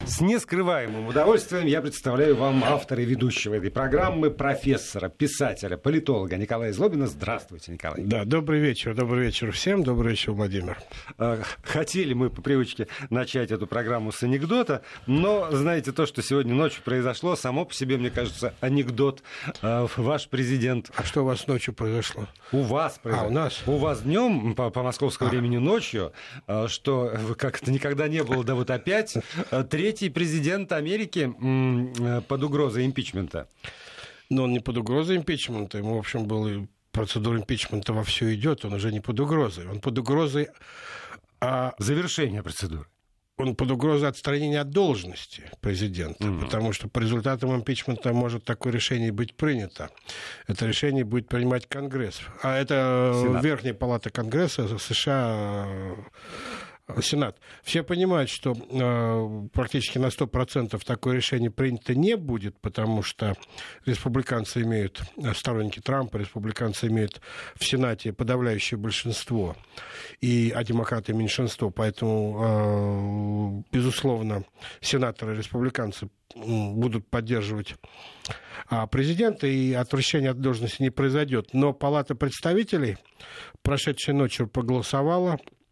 С нескрываемым удовольствием я представляю вам автора и ведущего этой программы, профессора, писателя, политолога Николая Злобина. Здравствуйте, Николай. Да, добрый вечер всем, добрый вечер, Владимир. Хотели мы по привычке начать эту программу с анекдота, но, знаете, то, что сегодня ночью произошло, само по себе, мне кажется, анекдот. Ваш президент... А что у вас ночью произошло? У вас произошло. У нас? У вас днем, по московскому времени ночью, что как это никогда не было, да вот опять, третий президент Америки под угрозой импичмента. Но он не под угрозой импичмента. Ему, в общем, была процедура импичмента вовсю идет. Он уже не под угрозой. Он под угрозой... Завершение процедуры. Он под угрозой отстранения от должности президента, потому что по результатам импичмента может такое решение быть принято. Это решение будет принимать Конгресс. А это Сенат. Верхняя палата Конгресса США... Сенат. Все понимают, что практически на 100% такое решение принято не будет, потому что республиканцы имеют, сторонники Трампа, республиканцы имеют в Сенате подавляющее большинство, а демократы меньшинство. Поэтому, безусловно, сенаторы республиканцы будут поддерживать президента, и отвращение от должности не произойдет. Но Палата представителей прошедшей ночью проголосовала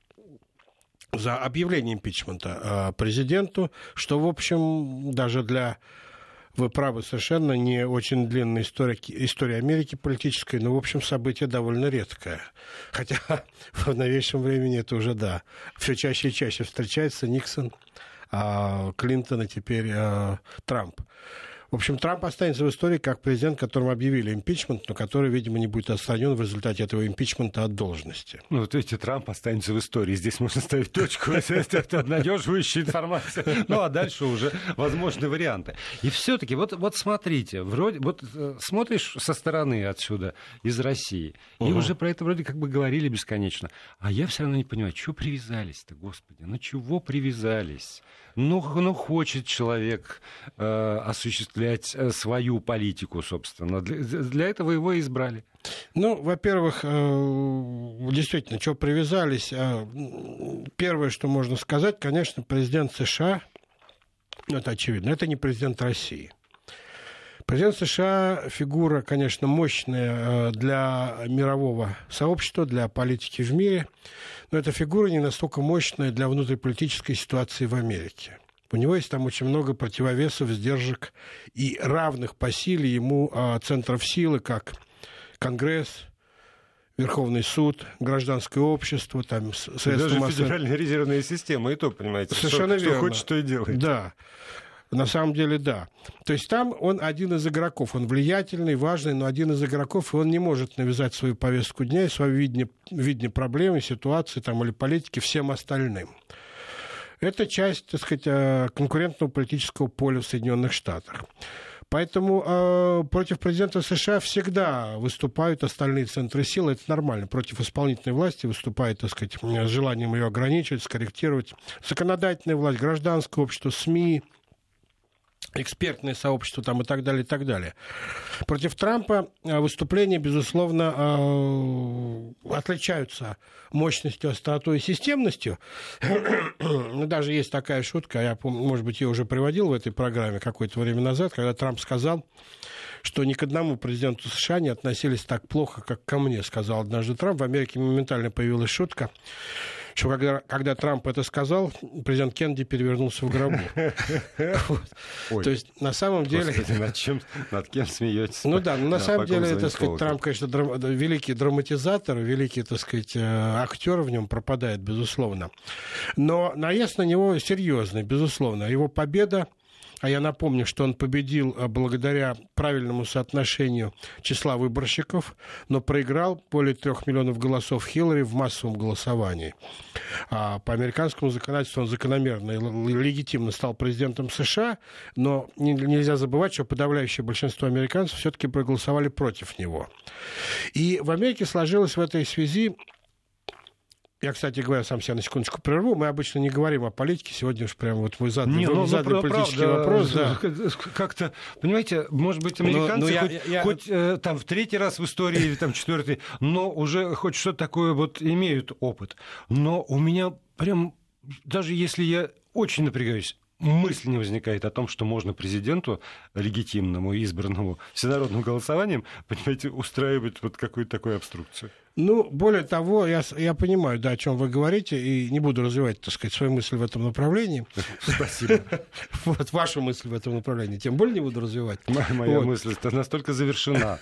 за объявление импичмента президенту, что, в общем, даже для, вы правы, совершенно не очень длинная история Америки политической, но, в общем, событие довольно редкое. Хотя в новейшем времени это уже, да, все чаще и чаще встречается Никсон, Клинтон и теперь Трамп. В общем, Трамп останется в истории как президент, которому объявили импичмент, но который, видимо, не будет отстранен в результате этого импичмента от должности. Ну, вот видите, Трамп останется в истории. Здесь можно ставить точку. Это обнадеживающая информация. Ну, а дальше уже возможны варианты. И все-таки, вот смотрите, вроде, вот смотришь со стороны отсюда, из России, и уже про это вроде как бы говорили бесконечно. А я все равно не понимаю, чего привязались-то, господи? Ну, чего привязались? Ну, хочет человек осуществлять свою политику, собственно. Для этого его и избрали. Ну, во-первых, действительно, чего привязались? Первое, что можно сказать, конечно, президент США, это очевидно, это не президент России. Президент США фигура, конечно, мощная для мирового сообщества, для политики в мире, но эта фигура не настолько мощная для внутриполитической ситуации в Америке. У него есть там очень много противовесов, сдержек и равных по силе ему центров силы, как Конгресс, Верховный суд, гражданское общество, там средства даже массовой... федеральная резервная система, и то, понимаете, совершенно верно. Что хочет, то и делает. Да. На самом деле, да. То есть там он один из игроков. Он влиятельный, важный, но один из игроков, и он не может навязать свою повестку дня и свое видение проблемы, ситуации там, или политики всем остальным. Это часть, так сказать, конкурентного политического поля в Соединенных Штатах. Поэтому против президента США всегда выступают остальные центры силы. Это нормально. Против исполнительной власти выступает, так сказать, с желанием ее ограничивать, скорректировать. Законодательная власть, гражданское общество, СМИ, экспертное сообщество там, и так далее, и так далее. Против Трампа выступления, безусловно, отличаются мощностью, остротой и системностью. Но даже есть такая шутка, я, может быть, ее уже приводил в этой программе какое-то время назад, когда Трамп сказал, что ни к одному президенту США не относились так плохо, как ко мне, сказал однажды Трамп. В Америке моментально появилась шутка, что когда Трамп это сказал, президент Кеннеди перевернулся в гробу. То есть, на самом деле... Над кем смеетесь? Ну да, на самом деле, так сказать, Трамп, конечно, великий драматизатор, великий, так сказать, актер в нем пропадает, безусловно. Но наезд на него серьезный, безусловно. Его победа, а я напомню, что он победил благодаря правильному соотношению числа выборщиков, но проиграл более 3 миллионов голосов Хиллари в массовом голосовании. По американскому законодательству он закономерно и легитимно стал президентом США, но нельзя забывать, что подавляющее большинство американцев все-таки проголосовали против него. И в Америке сложилось в этой связи... Я, кстати говоря, сам себя на секундочку прерву. Мы обычно не говорим о политике. Сегодня уж прямо вот вы задали политический вопрос. Да. Как-то, понимаете, может быть, американцы хоть там в 3-й раз в истории или там 4-й, но уже хоть что-то такое вот имеют опыт. Но у меня прям, даже если я очень напрягаюсь, мысль не возникает о том, что можно президенту легитимному, избранному всенародным голосованием, понимаете, устраивать вот какую-то такую обструкцию. Ну, более того, я понимаю, да, о чем вы говорите, и не буду развивать, так сказать, свою мысль в этом направлении. Спасибо. Вот вашу мысль в этом направлении, тем более не буду развивать. Моя мысль настолько завершена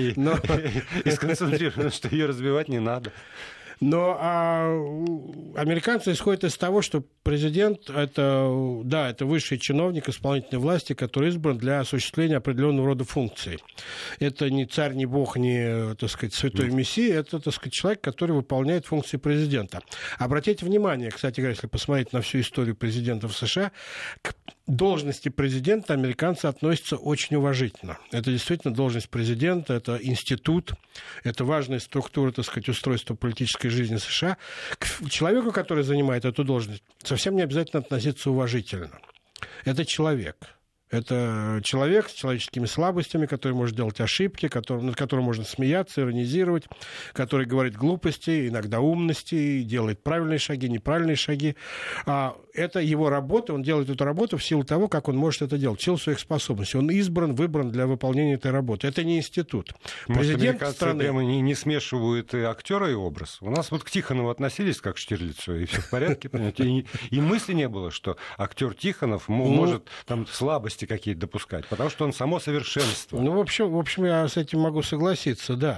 и сконцентрирована, что ее развивать не надо. Но американцы исходят из того, что президент это высший чиновник исполнительной власти, который избран для осуществления определенного рода функций. Это не царь, не бог, не, так сказать, святой мессия, это, так сказать, человек, который выполняет функции президента. Обратите внимание, кстати говоря, если посмотреть на всю историю президентов США, к должности президента американцы относятся очень уважительно. Это действительно должность президента, это институт, это важная структура, так сказать, устройства политической жизни США. К человеку, который занимает эту должность, совсем не обязательно относиться уважительно. Это человек. Это человек с человеческими слабостями, который может делать ошибки, над которым можно смеяться, иронизировать, который говорит глупости, иногда умности, делает правильные шаги, неправильные шаги. Это его работа, он делает эту работу в силу того, как он может это делать, в силу своих способностей. Он выбран для выполнения этой работы. Это не институт. Президент страны прямо не смешивают и актера, и образ. У нас вот к Тихонову относились как к Штирлицу, и все в порядке, понимаете? И мысли не было, что актер Тихонов может там слабости какие-то допускать, потому что он само совершенство. Ну, в общем, я с этим могу согласиться, да.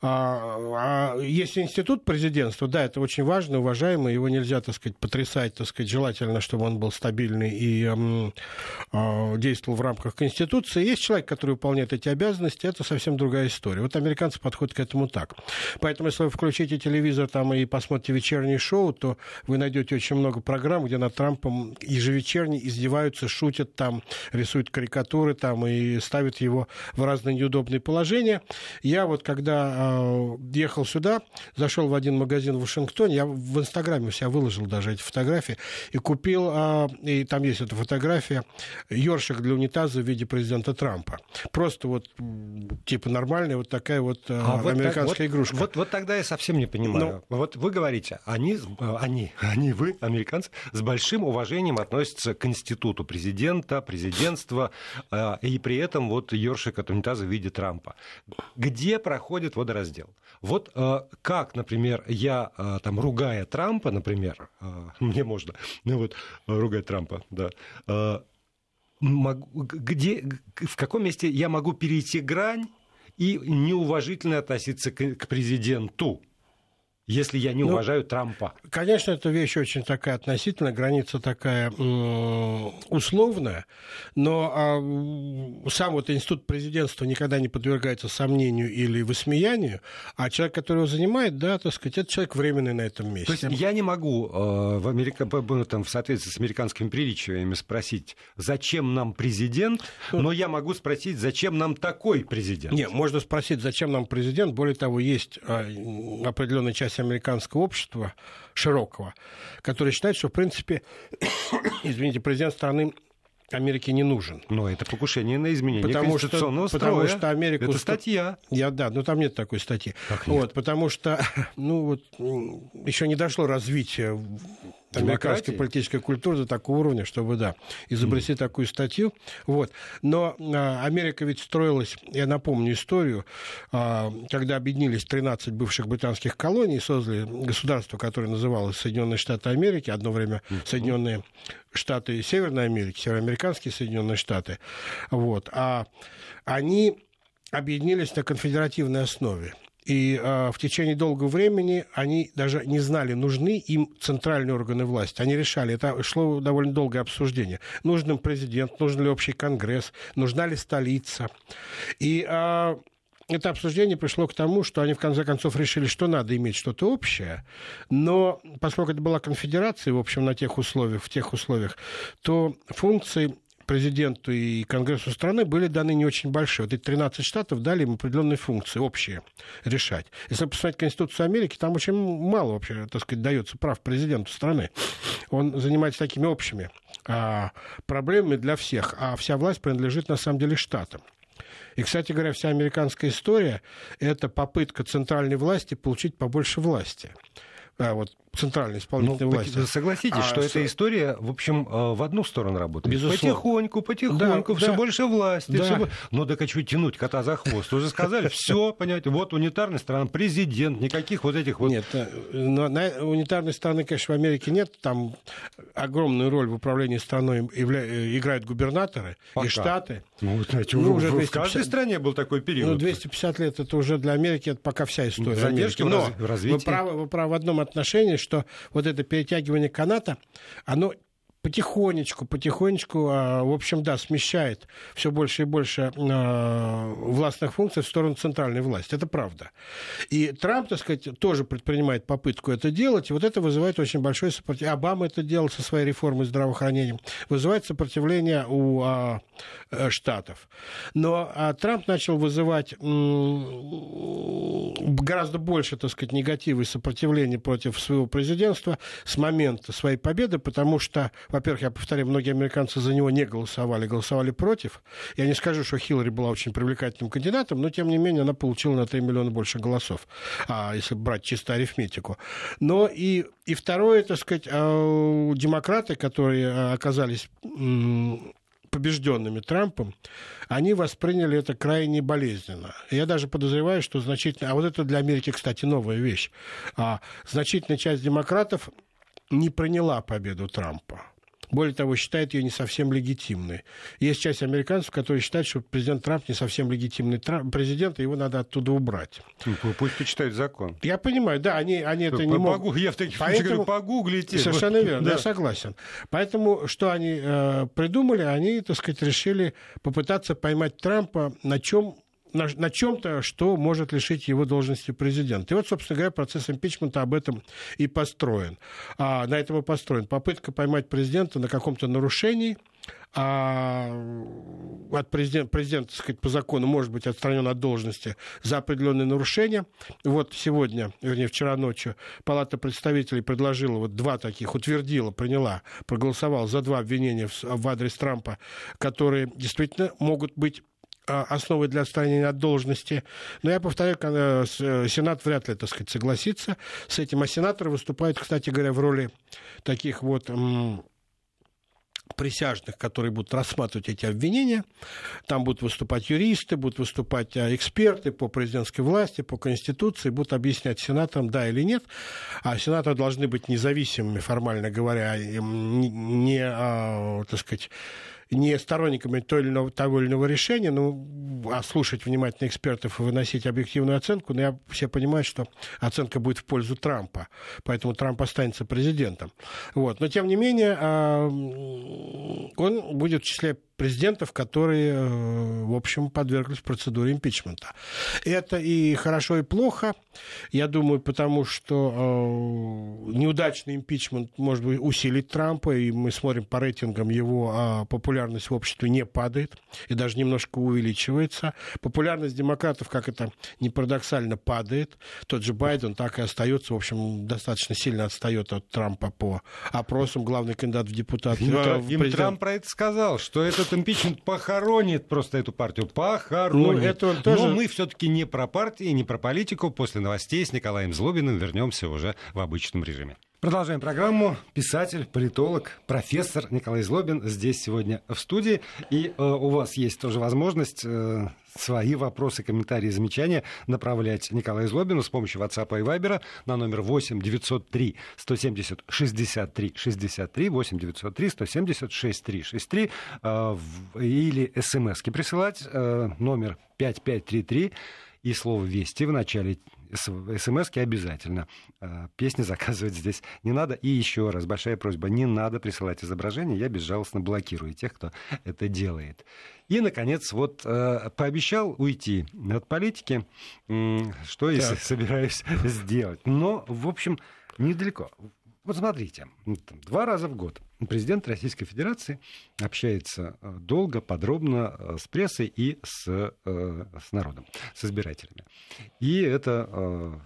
Есть институт президентства, да, это очень важно, уважаемый, его нельзя, так сказать, потрясать, так сказать, желательно, чтобы он был стабильный и действовал в рамках Конституции. Есть человек, который выполняет эти обязанности, это совсем другая история. Вот американцы подходят к этому так. Поэтому, если вы включите телевизор там и посмотрите вечернее шоу, то вы найдете очень много программ, где над Трампом ежевечерне издеваются, шутят там, рисуют карикатуры там и ставят его в разные неудобные положения. Я вот когда ехал сюда, зашел в один магазин в Вашингтоне, я в Инстаграме у себя выложил даже эти фотографии, и купил, и там есть эта фотография, ёршик для унитаза в виде президента Трампа. Просто вот типа нормальная вот такая вот американская игрушка. Вот тогда я совсем не понимаю. Вот вы говорите, вы, американцы, с большим уважением относятся к институту президента, президентства, и при этом вот ёршик от унитаза в виде Трампа. Где проходит водораздел? Вот как, например, я, там, ругая Трампа, например, мне можно, ругать Трампа, да, в каком месте я могу перейти грань и неуважительно относиться к президенту, если я не уважаю Трампа? Конечно, эта вещь очень такая относительная, граница такая условная, но сам вот институт президентства никогда не подвергается сомнению или высмеянию, а человек, который его занимает, да, так сказать, это человек временный на этом месте. То есть я не могу в соответствии с американскими приличиями спросить, зачем нам президент, но я могу спросить, зачем нам такой президент? Нет, можно спросить, зачем нам президент. Более того, есть определенная часть американского общества широкого, который считает, что, в принципе, президент страны Америки не нужен. Но это покушение на изменение конституционного строя. Потому что Америку... Это статья. Но там нет такой статьи. Потому что еще не дошло развитие американской политической культуры до такого уровня, чтобы, изобрести такую статью. Но Америка ведь строилась, я напомню историю, когда объединились 13 бывших британских колоний и создали государство, которое называлось Соединенные Штаты Америки, одно время Соединенные Штаты Северной Америки, североамериканские Соединенные Штаты. А они объединились на конфедеративной основе. И в течение долгого времени они даже не знали, нужны им центральные органы власти. Они решали, это шло довольно долгое обсуждение. Нужен им президент, нужен ли общий конгресс, нужна ли столица. И это обсуждение пришло к тому, что они в конце концов решили, что надо иметь что-то общее. Но поскольку это была конфедерация, в общем, в тех условиях, то функции президенту и Конгрессу страны были даны не очень большие. Вот эти 13 штатов дали им определенные функции, общие, решать. Если посмотреть Конституцию Америки, там очень мало вообще, так сказать, дается прав президенту страны. Он занимается такими общими проблемами для всех, а вся власть принадлежит на самом деле штатам. И, кстати говоря, вся американская история – это попытка центральной власти получить побольше власти. центральной исполнительной власти. Согласитесь, что эта история, в общем, в одну сторону работает. Безусловно. Потихоньку, все больше власти. Да. Но так а что тянуть кота за хвост? Уже сказали, все, понимаете, вот унитарная сторона, президент, никаких вот этих вот... Нет, но на унитарной стороны, конечно, в Америке нет. Там огромную роль в управлении страной играют губернаторы и штаты. Ну, знаете, уже в каждой стране был такой период. Ну, 250 лет это уже для Америки, это пока вся история. Задержки в развитии. Вы правы в одном отношении, что вот это перетягивание каната, оно потихонечку, в общем, да, смещает все больше и больше властных функций в сторону центральной власти. Это правда. И Трамп, так сказать, тоже предпринимает попытку это делать, и вот это вызывает очень большое сопротивление. Обама это делал со своей реформой здравоохранения. Вызывает сопротивление у штатов. Но Трамп начал вызывать гораздо больше, так сказать, негатива и сопротивления против своего президентства с момента своей победы, потому что, во-первых, я повторяю, многие американцы за него не голосовали, голосовали против. Я не скажу, что Хиллари была очень привлекательным кандидатом, но, тем не менее, она получила на 3 миллиона больше голосов, если брать чисто арифметику. Но и второе, так сказать, демократы, которые оказались побежденными Трампом, они восприняли это крайне болезненно. Я даже подозреваю, что значительно... А вот это для Америки, кстати, новая вещь. Значительная часть демократов не приняла победу Трампа. Более того, считает ее не совсем легитимной. Есть часть американцев, которые считают, что президент Трамп не совсем легитимный президент, и его надо оттуда убрать. Пусть почитают закон. Я понимаю, да, они это не могут. Я в таких случаях говорю, погуглите. Совершенно верно, да. Я согласен. Поэтому, что они придумали, они, так сказать, решили попытаться поймать Трампа на чем-то, что может лишить его должности президента. И вот, собственно говоря, процесс импичмента об этом и построен. На этом и построен. Попытка поймать президента на каком-то нарушении, президент, так сказать, по закону может быть отстранен от должности за определенные нарушения. Вот сегодня, вернее, вчера ночью, Палата представителей предложила вот 2 таких, проголосовала за 2 обвинения в адрес Трампа, которые действительно могут быть основой для отстранения от должности. Но я повторяю, Сенат вряд ли, так сказать, согласится с этим. А сенаторы выступают, кстати говоря, в роли таких вот присяжных, которые будут рассматривать эти обвинения. Там будут выступать юристы, будут выступать эксперты по президентской власти, по Конституции, будут объяснять сенаторам, да или нет. А сенаторы должны быть независимыми, формально говоря, так сказать, не сторонниками того или иного решения, а слушать внимательно экспертов и выносить объективную оценку. Но все понимают, что оценка будет в пользу Трампа, поэтому Трамп останется президентом. Вот. Но, тем не менее, он будет в числе президентов, которые, в общем, подверглись процедуре импичмента. Это и хорошо, и плохо, я думаю, потому что неудачный импичмент может быть усилить Трампа, и мы смотрим по рейтингам, его популярность в обществе не падает, и даже немножко увеличивается. Популярность демократов, как это ни парадоксально, падает. Тот же Байден так и остается, в общем, достаточно сильно отстает от Трампа по опросам, главный кандидат в депутаты. Им Трамп про это сказал, что этот импичмент похоронит просто эту партию. Похоронит. Но мы все-таки не про партии, не про политику. После новостей с Николаем Злобиным вернемся уже в обычном режиме. Продолжаем программу. Писатель, политолог, профессор Николай Злобин здесь сегодня в студии. И у вас есть тоже возможность свои вопросы, комментарии, замечания направлять Николаю Злобину с помощью WhatsApp и Viber на номер 8 903 170 63 63 8 903 170 63 63 или смс-ки присылать номер 5533 и слово «Вести» в начале смс-ки обязательно. Песни заказывать здесь не надо. И еще раз, большая просьба, не надо присылать изображения. Я безжалостно блокирую тех, кто это делает. И, наконец, вот пообещал уйти от политики, что и собираюсь сделать. Но, в общем, недалеко. Вот смотрите, 2 раза в год президент Российской Федерации общается долго, подробно с прессой и с народом, с избирателями. И это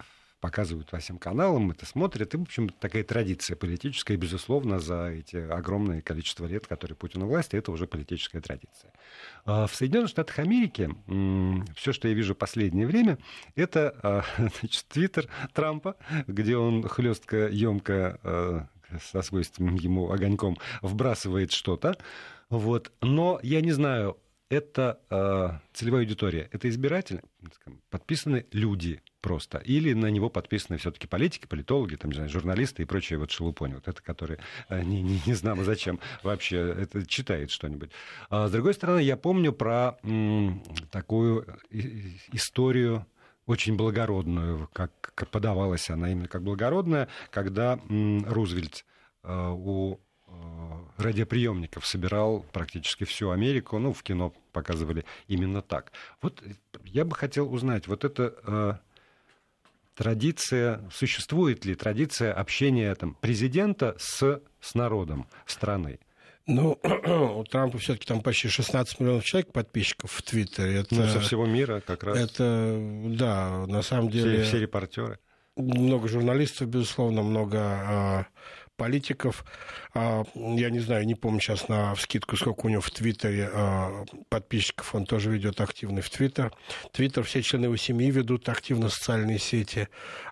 показывают по всем каналам, это смотрят. И, в общем, такая традиция политическая, безусловно, за эти огромное количество лет, которые Путин у власти, это уже политическая традиция. В Соединенных Штатах Америки все, что я вижу в последнее время, это твиттер Трампа, где он хлестко, емко, со свойственным ему огоньком вбрасывает что-то. Вот. Но я не знаю, это целевая аудитория, это избиратели, подписаны люди просто, или на него подписаны все-таки политики, политологи, там, не знаю, журналисты и прочие вот шелупони, вот это, которые не знамо зачем вообще это читает что-нибудь. А с другой стороны, я помню про такую историю очень благородную, как подавалась она именно как благородная, когда Рузвельт у радиоприемников собирал практически всю Америку, в кино показывали именно так. Вот я бы хотел узнать, вот эта традиция, существует ли традиция общения президента с народом страны? У Трампа все-таки там почти 16 миллионов человек подписчиков в Твиттере. Это, со всего мира как раз. Это, да, на самом деле... Все репортеры. Много журналистов, безусловно, много политиков. Я не знаю, не помню сейчас навскидку, сколько у него в Твиттере подписчиков. Он тоже ведет активный в Твиттер. Все члены его семьи ведут активно социальные сети.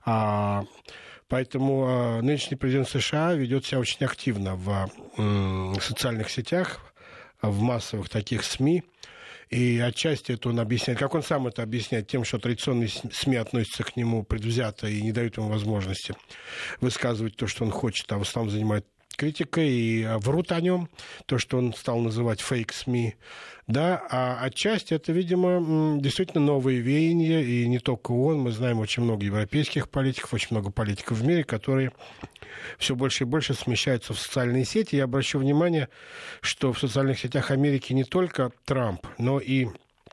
Поэтому нынешний президент США ведет себя очень активно в социальных сетях, в массовых таких СМИ. И отчасти это он объясняет, как он сам это объясняет, тем, что традиционные СМИ относятся к нему предвзято и не дают ему возможности высказывать то, что он хочет, а в основном занимает критикой и врут о нем, то, что он стал называть фейк-СМИ. Да, а отчасти это, видимо, действительно новые веяния, и не только он, мы знаем очень много европейских политиков, очень много политиков в мире, которые все больше и больше смещаются в социальные сети. Я обращу внимание, что в социальных сетях Америки не только Трамп, но и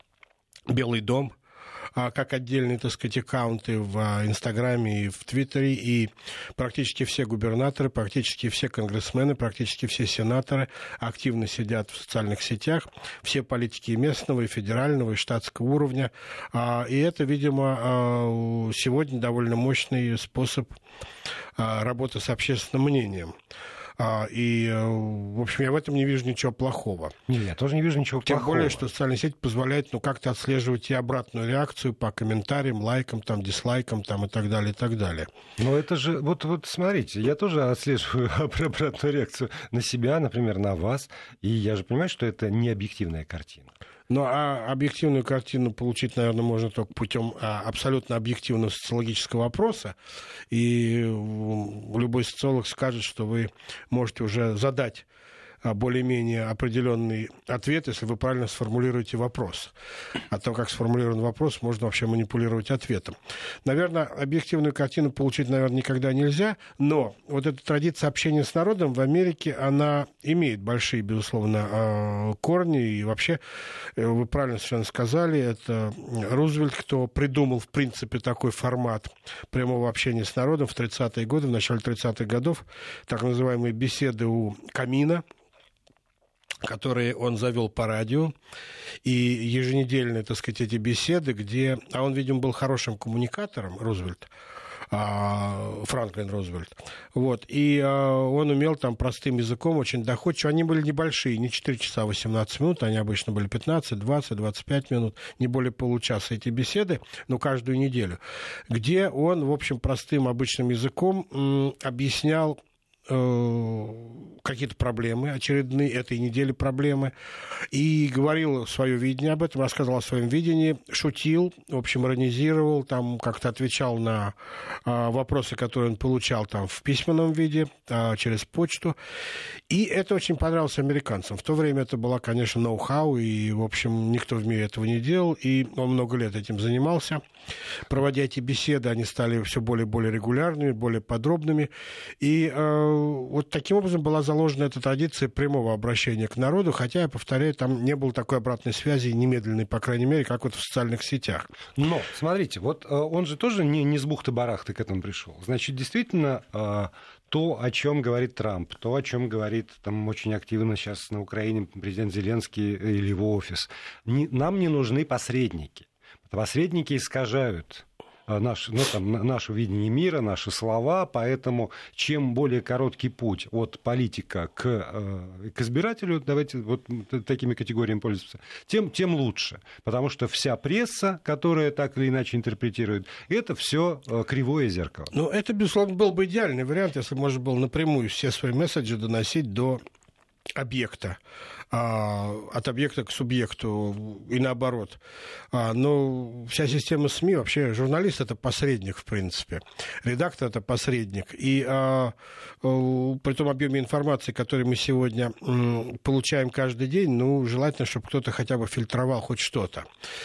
Белый дом, как отдельные, так сказать, аккаунты в Инстаграме и в Твиттере, и практически все губернаторы, практически все конгрессмены, практически все сенаторы активно сидят в социальных сетях, все политики и местного, и федерального, и штатского уровня. И это, видимо, сегодня довольно мощный способ работы с общественным мнением. И, в общем, я в этом не вижу ничего плохого. Нет, я тоже не вижу ничего плохого. Тем более, что социальная сеть позволяет как-то отслеживать и обратную реакцию по комментариям, лайкам, дизлайкам и так далее, и так далее. Но это же, вот смотрите, я тоже отслеживаю обратную реакцию на себя, например, на вас, и я же понимаю, что это не объективная картина. Ну, а объективную картину получить, наверное, можно только путем абсолютно объективного социологического опроса. И любой социолог скажет, что вы можете уже задать более-менее определенный ответ, если вы правильно сформулируете вопрос. А то, как сформулирован вопрос, можно вообще манипулировать ответом. Наверное, объективную картину получить, наверное, никогда нельзя, но вот эта традиция общения с народом в Америке, она имеет большие, безусловно, корни. И вообще, вы правильно совершенно сказали, это Рузвельт, кто придумал, в принципе, такой формат прямого общения с народом в 30-е годы, в начале 30-х годов, так называемые беседы у камина, которые он завел по радио, и еженедельные, так сказать, эти беседы, где... А он, видимо, был хорошим коммуникатором, Рузвельт, Франклин Рузвельт. Вот. И он умел простым языком, очень доходчиво. Они были небольшие, не 4 часа 18 минут, они обычно были 15, 20, 25 минут, не более получаса эти беседы, но каждую неделю, где он, в общем, простым обычным языком объяснял какие-то проблемы очередные, этой недели проблемы, и говорил свое видение об этом, рассказывал о своем видении, шутил, в общем, иронизировал, как-то отвечал на вопросы, которые он получал в письменном виде, через почту, и это очень понравилось американцам. В то время это была, конечно, ноу-хау, и, в общем, никто в мире этого не делал, и он много лет этим занимался. Проводя эти беседы, они стали все более и более регулярными, более подробными, и вот таким образом была заложена эта традиция прямого обращения к народу, хотя, я повторяю, там не было такой обратной связи, немедленной, по крайней мере, как вот в социальных сетях. Но, смотрите, вот он же тоже не с бухты-барахты к этому пришел. Значит, действительно, то, о чем говорит Трамп, то, о чем говорит очень активно сейчас на Украине президент Зеленский или его офис, нам не нужны посредники. Посредники искажают наше видение мира, наши слова, поэтому чем более короткий путь от политика к избирателю, давайте вот такими категориями пользоваться, тем лучше, потому что вся пресса, которая так или иначе интерпретирует, это все кривое зеркало. Ну, это, безусловно, был бы идеальный вариант, если можно было напрямую все свои месседжи доносить до объекта, от объекта к субъекту и наоборот. Но вся система СМИ, вообще журналист — это посредник, в принципе. Редактор — это посредник. И при том объеме информации, который мы сегодня получаем каждый день, ну, желательно, чтобы кто-то хотя бы фильтровал хоть что-то.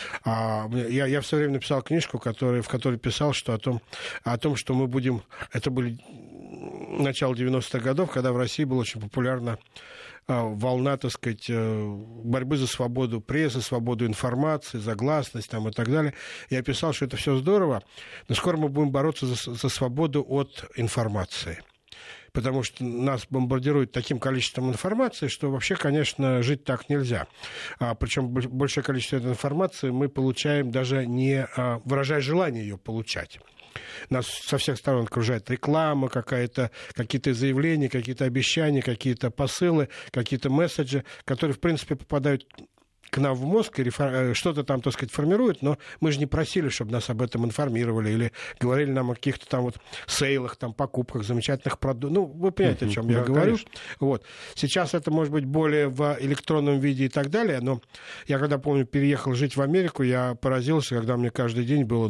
Я в свое время написал книжку, в которой писал о том, что мы будем... Это были начало 90-х годов, когда в России была очень популярна волна, так сказать, борьбы за свободу прессы, свободу информации, за гласность там, и так далее. Я писал, что это все здорово, но скоро мы будем бороться за свободу от информации. Потому что нас бомбардируют таким количеством информации, что вообще, конечно, жить так нельзя. Причем большее количество этой информации мы получаем, даже не выражая желание ее получать. Нас со всех сторон окружает реклама какая-то, какие-то заявления, какие-то обещания, какие-то посылы, какие-то месседжи, которые, в принципе, попадают к нам в мозг и что-то там, так сказать, формирует, но мы же не просили, чтобы нас об этом информировали или говорили нам о каких-то там вот сейлах, там, покупках замечательных продуктов. Ну, вы понимаете, о чем я говорю. Вот. Сейчас это может быть более в электронном виде и так далее, но я, когда, помню, переехал жить в Америку, я поразился, когда мне каждый день было,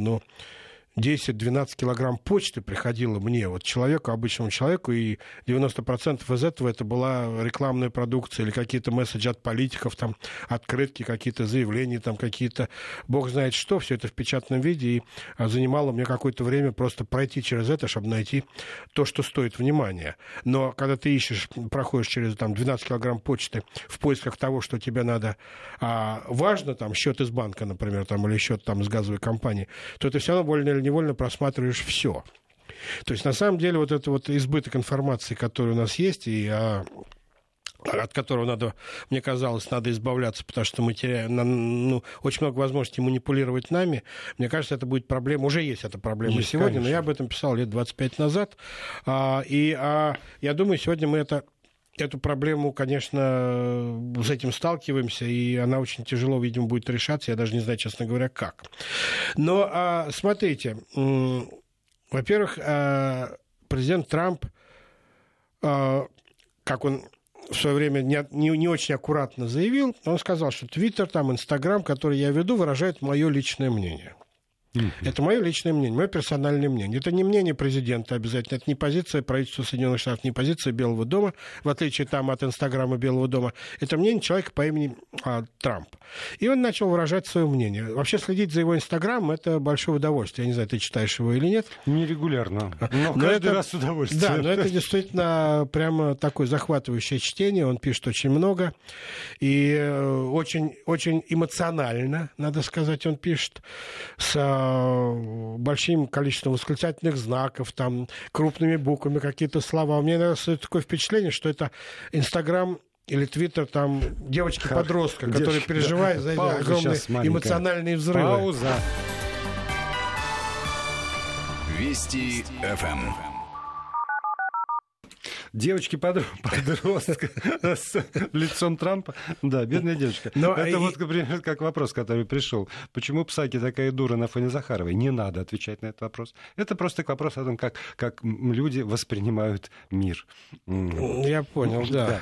10-12 килограмм почты приходило мне, вот человеку, обычному человеку, и 90% из этого это была рекламная продукция или какие-то месседжи от политиков, там, открытки, какие-то заявления, там, какие-то, бог знает что, все это в печатном виде, и занимало мне какое-то время просто пройти через это, чтобы найти то, что стоит внимания. Но когда ты проходишь через там, 12 килограмм почты в поисках того, что тебе надо, важно, там, счет из банка, например, там, или счет там, из газовой компании, то ты все равно больно или невольно просматриваешь все. То есть, на самом деле, вот этот вот избыток информации, который у нас есть, и от которого мне казалось, надо избавляться, потому что мы теряем очень много возможностей манипулировать нами. Мне кажется, это будет проблема. Уже есть эта проблема сегодня, конечно. Но я об этом писал лет 25 назад. Я думаю, сегодня мы эту проблему, конечно, с этим сталкиваемся, и она очень тяжело, видимо, будет решаться. Я даже не знаю, честно говоря, как. Но смотрите, во-первых, президент Трамп, как он в свое время не очень аккуратно заявил, он сказал, что Твиттер, там, Инстаграм, который я веду, выражает мое личное мнение. Это мое личное мнение, мое персональное мнение. Это не мнение президента обязательно, это не позиция правительства Соединенных Штатов, не позиция Белого дома, в отличие там от Инстаграма Белого дома. Это мнение человека по имени Трамп. И он начал выражать свое мнение. Вообще следить за его Инстаграмом — это большое удовольствие. Я не знаю, ты читаешь его или нет. Нерегулярно, но каждый раз с удовольствием. Да, но это действительно прямо такое захватывающее чтение. Он пишет очень много. И очень, очень эмоционально, надо сказать, он пишет, с большим количеством восклицательных знаков, там, крупными буквами какие-то слова. У меня иногда такое впечатление, что это Инстаграм или Твиттер там девочки-подростка, которые переживают за эти огромные эмоциональные взрывы. Пауза. Вести ФМ. Девочки-подростка с лицом Трампа. Да, бедная девочка. Это вот, например, как вопрос, который пришел. Почему Псаки такая дура на фоне Захаровой? Не надо отвечать на этот вопрос. Это просто вопрос о том, как люди воспринимают мир. Я понял, да.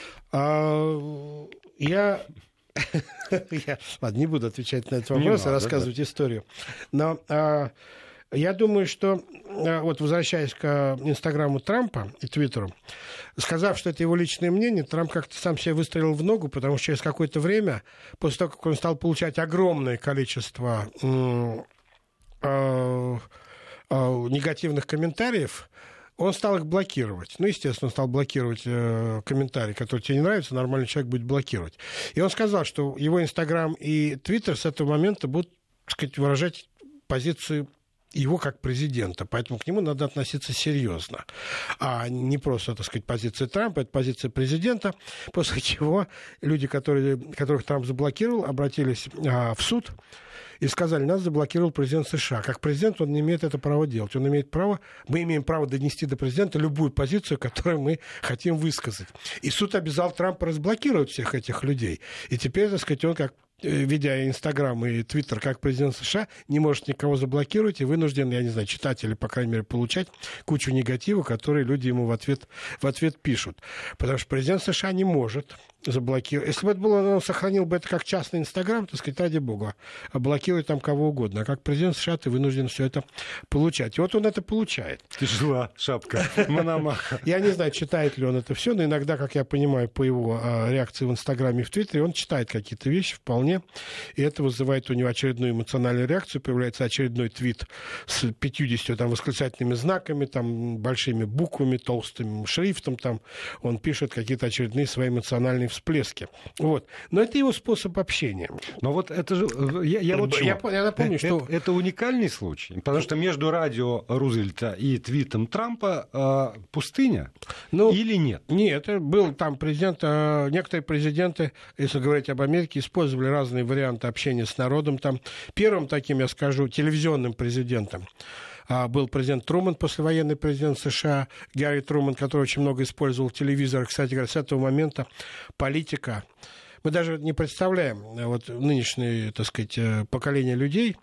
Ладно, не буду отвечать на этот вопрос, рассказывать историю. Но я думаю, что, вот возвращаясь к Инстаграму Трампа и Твиттеру, сказав, что это его личное мнение, Трамп как-то сам себе выстрелил в ногу, потому что через какое-то время, после того, как он стал получать огромное количество негативных комментариев, он стал их блокировать. Ну, естественно, он стал блокировать комментарии, которые тебе не нравятся, нормальный человек будет блокировать. И он сказал, что его Инстаграм и Твиттер с этого момента будут, так сказать, выражать позицию его как президента, поэтому к нему надо относиться серьезно, а не просто, так сказать, позиция Трампа, это позиция президента, после чего люди, которых Трамп заблокировал, обратились в суд и сказали, нас заблокировал президент США. Как президент он не имеет это права делать. Он имеет право, мы имеем право донести до президента любую позицию, которую мы хотим высказать. И суд обязал Трампа разблокировать всех этих людей. И теперь, так сказать, он как ведя Инстаграм и Твиттер как президент США, не может никого заблокировать и вынужден, я не знаю, читать или, по крайней мере, получать кучу негатива, которые люди ему в ответ пишут. Потому что президент США не может заблокировать. Если бы это было, он сохранил бы это как частный Инстаграм, так сказать, ради бога, блокирует там кого угодно. А как президент США ты вынужден все это получать. И вот он это получает. Тяжела шапка Мономаха. Я не знаю, читает ли он это все, но иногда, как я понимаю, по его реакции в Инстаграме и в Твиттере, он читает какие-то вещи вполне, и это вызывает у него очередную эмоциональную реакцию, появляется очередной твит с 50 там, восклицательными знаками, там, большими буквами, толстым шрифтом, там, он пишет какие-то очередные свои эмоциональные всплески. Вот. Но это его способ общения. Но вот это же... Я напомню, что... Это уникальный случай, потому что между радио Рузвельта и твитом Трампа пустыня или нет? Нет, был там президент, некоторые президенты, если говорить об Америке, использовали разные варианты общения с народом. Там первым таким, я скажу, телевизионным президентом был президент Трумэн, послевоенный президент США, Гарри Трумэн, который очень много использовал телевизор. Кстати говоря, с этого момента политика... Мы даже не представляем, вот нынешнее, так сказать, поколение людей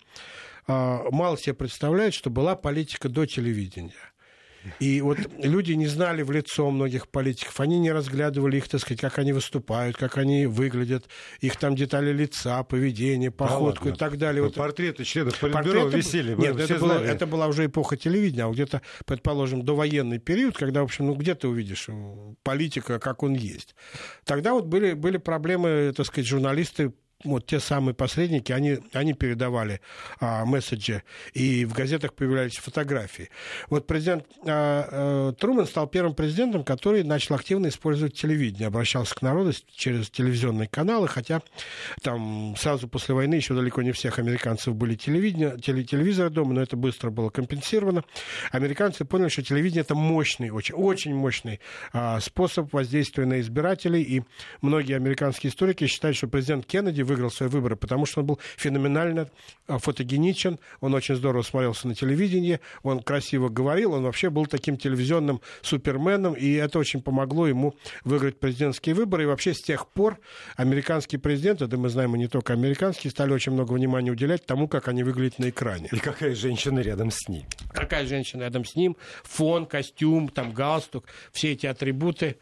мало себе представляет, что была политика до телевидения. И вот люди не знали в лицо многих политиков, они не разглядывали их, так сказать, как они выступают, как они выглядят, их там детали лица, поведение, походку и так далее. Вот портреты членов Политбюро висели. Нет, это была уже эпоха телевидения, а где-то, предположим, довоенный период, когда, в общем, где ты увидишь политика, как он есть. Тогда вот были проблемы, так сказать, журналисты, вот те самые посредники, они передавали месседжи, и в газетах появлялись фотографии. Вот президент Трумэн стал первым президентом, который начал активно использовать телевидение, обращался к народу через телевизионные каналы, хотя там сразу после войны еще далеко не всех американцев были телевизоры дома, но это быстро было компенсировано. Американцы поняли, что телевидение — это мощный, очень, очень мощный способ воздействия на избирателей, и многие американские историки считают, что президент Кеннеди выиграл свои выборы, потому что он был феноменально фотогеничен, он очень здорово смотрелся на телевидении, он красиво говорил, он вообще был таким телевизионным суперменом, и это очень помогло ему выиграть президентские выборы. И вообще с тех пор американские президенты, да мы знаем, и не только американские, стали очень много внимания уделять тому, как они выглядят на экране. И какая женщина рядом с ним. Какая женщина рядом с ним, фон, костюм, там галстук, все эти атрибуты,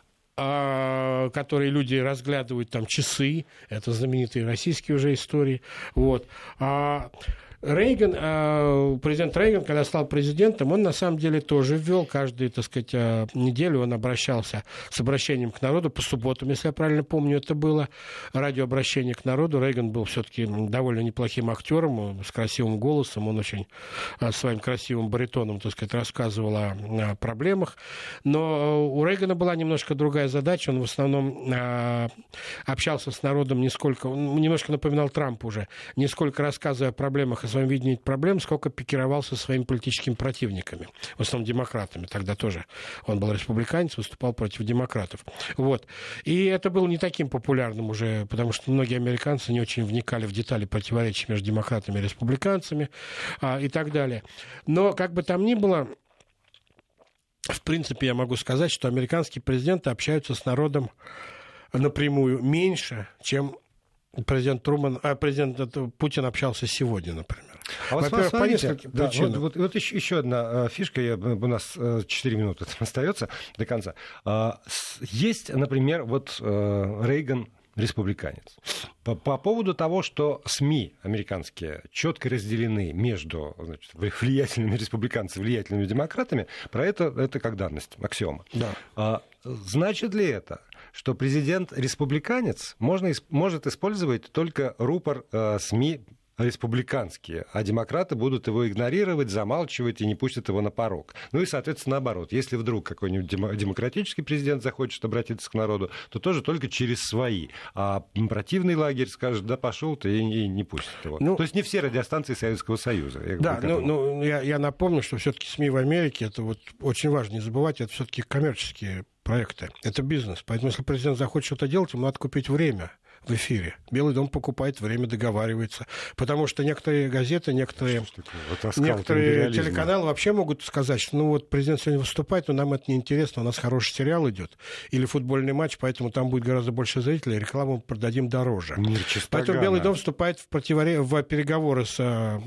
которые люди разглядывают, там часы, это знаменитые российские уже истории. Вот. Президент Рейган, когда стал президентом, он на самом деле тоже ввел каждую, так сказать, неделю, он обращался с обращением к народу, по субботам, если я правильно помню, это было радиообращение к народу. Рейган был все-таки довольно неплохим актером, с красивым голосом, он очень своим красивым баритоном, так сказать, рассказывал о проблемах. Но у Рейгана была немножко другая задача, он в основном общался с народом немножко напоминал Трампа уже, не сколько рассказывая о проблемах и своем видении проблем, сколько пикировался со своими политическими противниками, в основном демократами. Тогда тоже он был республиканец, выступал против демократов. Вот. И это было не таким популярным уже, потому что многие американцы не очень вникали в детали противоречий между демократами и республиканцами и так далее. Но, как бы там ни было, в принципе, я могу сказать, что американские президенты общаются с народом напрямую меньше, чем президент Путин общался сегодня, например. А вот во-первых, по нескольким причинам. Вот еще одна фишка, у нас 4 минуты остается до конца. Есть, например, вот Рейган республиканец. По поводу того, что СМИ американские четко разделены между, значит, влиятельными республиканцами и влиятельными демократами, про это как данность, аксиома. Да. Значит ли это, что президент-республиканец может использовать только рупор СМИ республиканские, а демократы будут его игнорировать, замалчивать и не пустят его на порог. Ну и, соответственно, наоборот. Если вдруг какой-нибудь демократический президент захочет обратиться к народу, то тоже только через свои. А противный лагерь скажет, да пошел ты, и не пустит его. То есть не все радиостанции Советского Союза. Я напомню, что все-таки СМИ в Америке, это вот очень важно не забывать, это все-таки коммерческие проекты, это бизнес. Поэтому если президент захочет что-то делать, ему надо купить время в эфире. Белый дом покупает время, договаривается. Потому что некоторые газеты, некоторые телеканалы вообще могут сказать, что президент сегодня выступает, но нам это неинтересно, у нас хороший сериал идет, или футбольный матч, поэтому там будет гораздо больше зрителей, рекламу продадим дороже. Поэтому Белый дом вступает в переговоры с...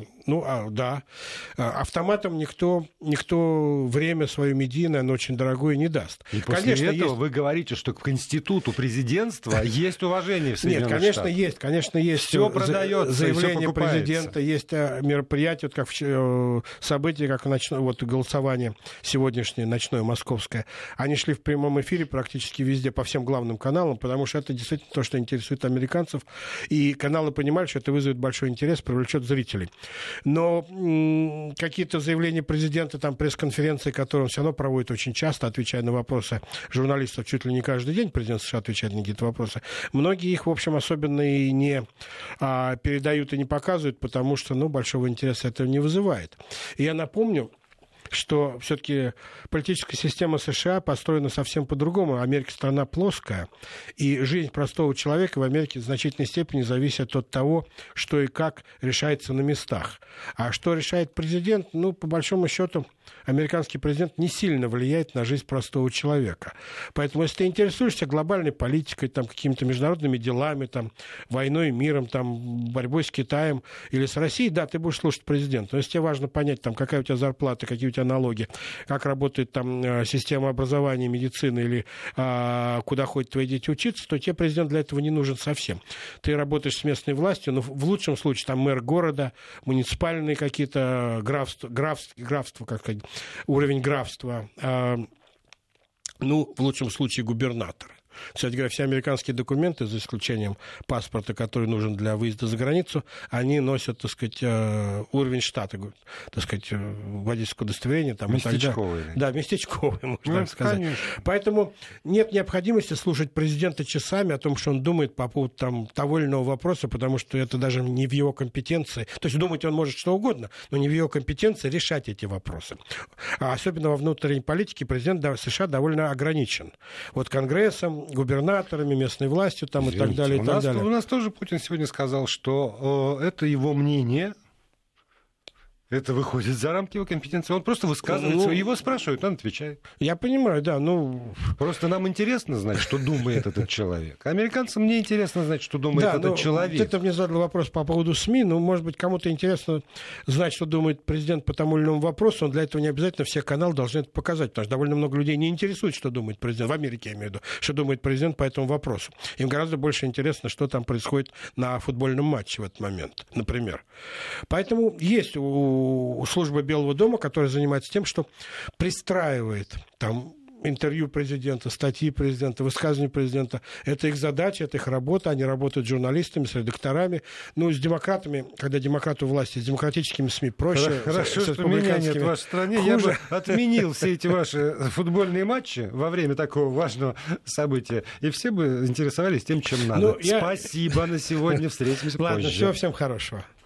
автоматом никто время свое медийное, но очень дорогое не даст. И после этого вы говорите, что к институту президентства есть уважение в Соединенных Штатах. Нет, конечно, есть все продается, заявление президента, есть мероприятия, как события, как голосование сегодняшнее, ночное, московское. Они шли в прямом эфире практически везде, по всем главным каналам, потому что это действительно то, что интересует американцев. И каналы понимали, что это вызовет большой интерес, привлечет зрителей. Но какие-то заявления президента, там пресс-конференции, которые он все равно проводит очень часто, отвечая на вопросы журналистов, чуть ли не каждый день президент США отвечает на какие-то вопросы. Многие их, в общем, особенно и не передают и не показывают, потому что, большого интереса это не вызывает. И я напомню, что все-таки политическая система США построена совсем по-другому. Америка страна плоская, и жизнь простого человека в Америке в значительной степени зависит от того, что и как решается на местах. А что решает президент, по большому счету, американский президент не сильно влияет на жизнь простого человека. Поэтому, если ты интересуешься глобальной политикой, какими-то международными делами, войной, миром, борьбой с Китаем или с Россией, да, ты будешь слушать президента. Но если тебе важно понять, какая у тебя зарплата, какие у тебя налоги, как работает система образования, медицины или куда ходят твои дети учиться, то тебе президент для этого не нужен совсем. Ты работаешь с местной властью, но в лучшем случае мэр города, муниципальные какие-то графства, как сказать, уровень графства, в лучшем случае губернатор. Кстати говоря, все американские документы, за исключением паспорта, который нужен для выезда за границу, они носят, уровень штата, водительское удостоверение. Местечковые. Да, местечковые, можно так сказать. Конечно. Поэтому нет необходимости слушать президента часами о том, что он думает по поводу того или иного вопроса, потому что это даже не в его компетенции. То есть думать он может что угодно, но не в его компетенции решать эти вопросы. А особенно во внутренней политике президент США довольно ограничен. Конгрессом, губернаторами, местной властью и так далее, и так далее. У нас тоже Путин сегодня сказал, что это его мнение, это выходит за рамки его компетенции. Он просто высказывается, его спрашивают, он отвечает. Я понимаю, да. Просто нам интересно знать, что думает этот человек. Американцам не интересно знать, что думает этот человек. Это мне задал вопрос по поводу СМИ. Может быть, кому-то интересно знать, что думает президент по тому или иному вопросу, но для этого не обязательно все каналы должны это показать, потому что довольно много людей не интересует, что думает президент. В Америке, я имею в виду, что думает президент по этому вопросу. Им гораздо больше интересно, что там происходит на футбольном матче в этот момент, например. Поэтому есть у службы Белого дома, которая занимается тем, что пристраивает интервью президента, статьи президента, высказывания президента. Это их задача, это их работа. Они работают с журналистами, с редакторами. С демократами, когда демократы у власти, с демократическими СМИ проще. Хорошо, что меня нет в вашей стране. Хуже. Я бы отменил все эти ваши футбольные матчи во время такого важного события. И все бы интересовались тем, чем надо. Спасибо на сегодня. Встретимся позже. Ладно, всего всем хорошего.